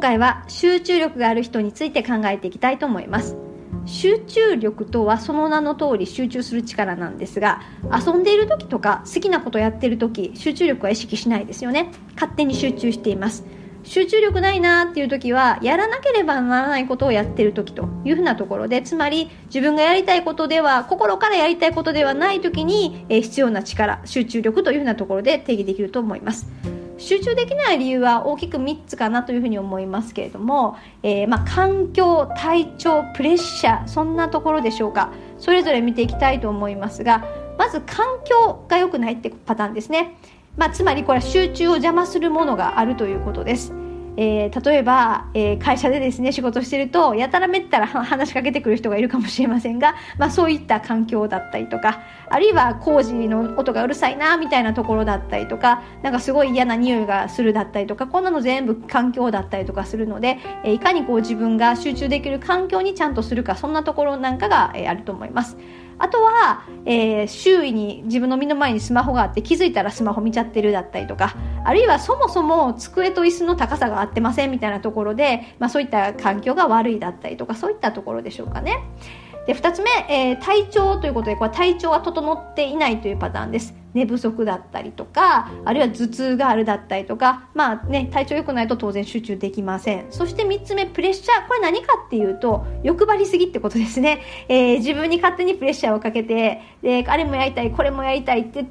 回は集中力がある人について考えていきたいと思います。集中力とはその名の通り集中する力なんですが、遊んでいる時とか好きなことをやっている時、集中力は意識しないですよね。勝手に集中しています。集中力ないなっていう時は、やらなければならないことをやっている時というふうなところで、つまり自分がやりたいことでは、心からやりたいことではない時に必要な力、集中力というふうなところで定義できると思います。集中できない理由は大きく3つかなというふうに思いますけれども、環境、体調、プレッシャー、そんなところでしょうか。それぞれ見ていきたいと思いますが、まず環境が良くないってパターンですね。つまりこれは集中を邪魔するものがあるということです。例えば、会社でですね仕事していると、やたらめったら話しかけてくる人がいるかもしれませんが、そういった環境だったりとか、あるいは工事の音がうるさいなみたいなところだったりとか、なんかすごい嫌な匂いがするだったりとか、こんなの全部環境だったりとかするので、いかに自分が集中できる環境にちゃんとするか、そんなところなんかが、あると思います。あとは、周囲に自分の身の前にスマホがあって、気づいたらスマホ見ちゃってるだったりとか、あるいはそもそも机と椅子の高さが合ってませんみたいなところで、そういった環境が悪いだったりとか、そういったところでしょうかね。で、2つ目、体調ということで、これは体調が整っていないというパターンです。寝不足だったりとか、あるいは頭痛があるだったりとか、体調良くないと当然集中できません。そして3つ目、プレッシャー。これ何かっていうと、欲張りすぎってことですね。自分に勝手にプレッシャーをかけて、で、あれもやりたい、これもやりたいって言って、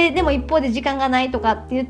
でも一方で時間がないとかって言って、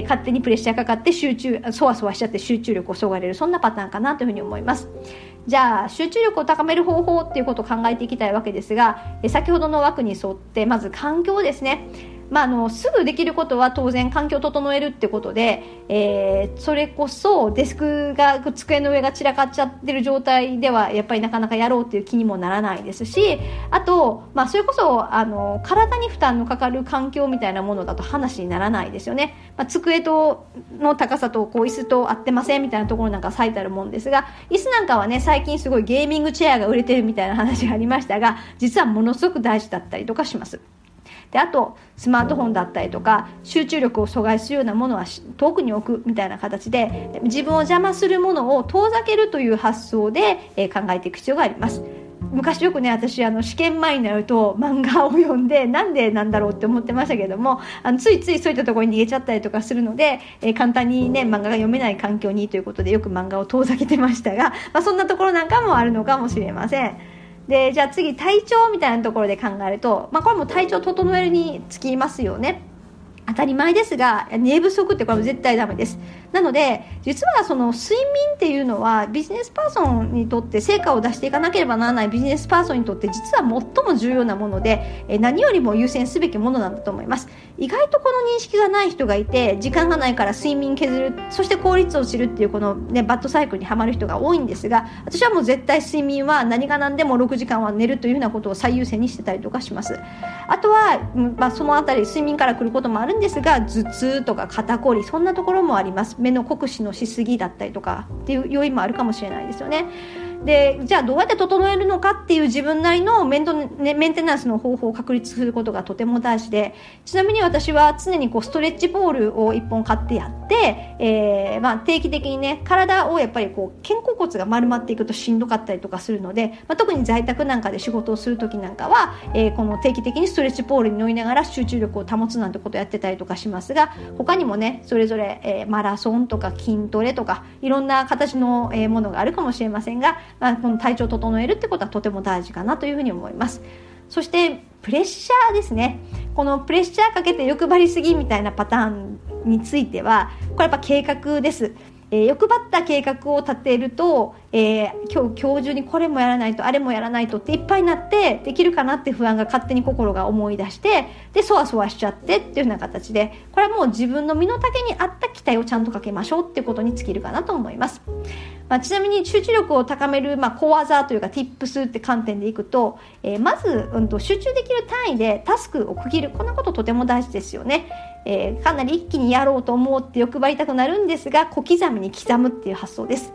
勝手にプレッシャーかかってそわそわしちゃって集中力をそがれる、そんなパターンかなというふうに思います。じゃあ集中力を高める方法っていうことを考えていきたいわけですが、先ほどの枠に沿ってまず環境ですね。すぐできることは当然環境を整えるってことで、それこそデスクが机の上が散らかっちゃってる状態ではやっぱりなかなかやろうっていう気にもならないですし、あと、それこそ体に負担のかかる環境みたいなものだと話にならないですよね。机との高さと椅子と合ってませんみたいなところなんか最たるもんですが、椅子なんかはね、最近すごいゲーミングチェアが売れてるみたいな話がありましたが、実はものすごく大事だったりとかします。で、あとスマートフォンだったりとか集中力を阻害するようなものは遠くに置くみたいな形で、自分を邪魔するものを遠ざけるという発想で考えていく必要があります。昔よくね、私試験前になると漫画を読んで、なんでなんだろうって思ってましたけども、ついついそういったところに逃げちゃったりとかするので、簡単にね漫画が読めない環境にということでよく漫画を遠ざけてましたが、そんなところなんかもあるのかもしれません。で、じゃあ次体調みたいなところで考えると、これも体調整えるにつきますよね。当たり前ですが、寝不足ってこれも絶対ダメです。なので実はその睡眠っていうのはビジネスパーソンにとって、成果を出していかなければならないビジネスパーソンにとって実は最も重要なもので、何よりも優先すべきものなんだと思います。意外とこの認識がない人がいて、時間がないから睡眠削る、そして効率を知るっていうこの、バッドサイクルにはまる人が多いんですが、私はもう絶対睡眠は何が何でも6時間は寝るというようなことを最優先にしてたりとかします。あとは、そのあたり睡眠から来ることもあるんですが、頭痛とか肩こり、そんなところもあります。目の酷使のしすぎだったりとかっていう要因もあるかもしれないですよね。で、じゃあどうやって整えるのかっていう自分なりのメンテナンスの方法を確立することがとても大事で、ちなみに私は常にストレッチボールを1本買ってやって、定期的にね、体をやっぱり肩甲骨が丸まっていくとしんどかったりとかするので、特に在宅なんかで仕事をするときなんかは、この定期的にストレッチボールに乗りながら集中力を保つなんてことをやってたりとかしますが、他にもね、それぞれ、マラソンとか筋トレとかいろんな形の、ものがあるかもしれませんが、この体調を整えるってことはとても大事かなというふうに思います。そしてプレッシャーですね。このプレッシャーかけて欲張りすぎみたいなパターンについては、これやっぱ計画です。欲張った計画を立てると、今日中にこれもやらないとあれもやらないとっていっぱいになって、できるかなって不安が勝手に心が思い出して、でそわそわしちゃってっていうような形で、これはもう自分の身の丈に合った期待をちゃんとかけましょうっていうことに尽きるかなと思います。ちなみに集中力を高める、小技というか Tips って観点でいくと、まず、集中できる単位でタスクを区切る、こんなこととても大事ですよね。かなり一気にやろうと思うって欲張りたくなるんですが、小刻みに刻むっていう発想です。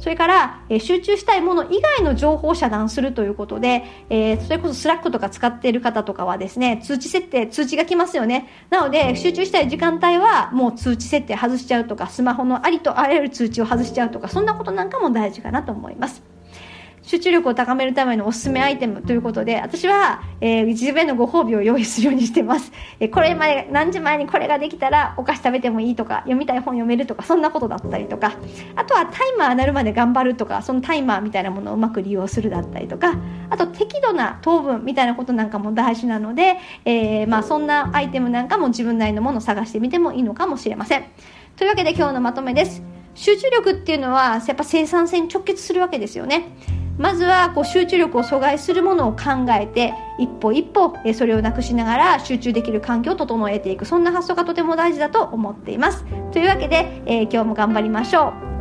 それから、集中したいもの以外の情報を遮断するということで、それこそスラックとか使っている方とかはですね、通知が来ますよね。なので集中したい時間帯はもう通知設定外しちゃうとか、スマホのありとあらゆる通知を外しちゃうとか、そんなことなんかも大事かなと思います。集中力を高めるためのおすすめアイテムということで、私は、自分へのご褒美を用意するようにしてます。これまで何時前にこれができたらお菓子食べてもいいとか、読みたい本読めるとか、そんなことだったりとか、あとはタイマー鳴るまで頑張るとか、そのタイマーみたいなものをうまく利用するだったりとか、あと適度な糖分みたいなことなんかも大事なので、そんなアイテムなんかも自分なりのものを探してみてもいいのかもしれません。というわけで今日のまとめです。集中力っていうのはやっぱ生産性に直結するわけですよね。まずは集中力を阻害するものを考えて、一歩一歩それをなくしながら集中できる環境を整えていく、そんな発想がとても大事だと思っています。というわけで、今日も頑張りましょう。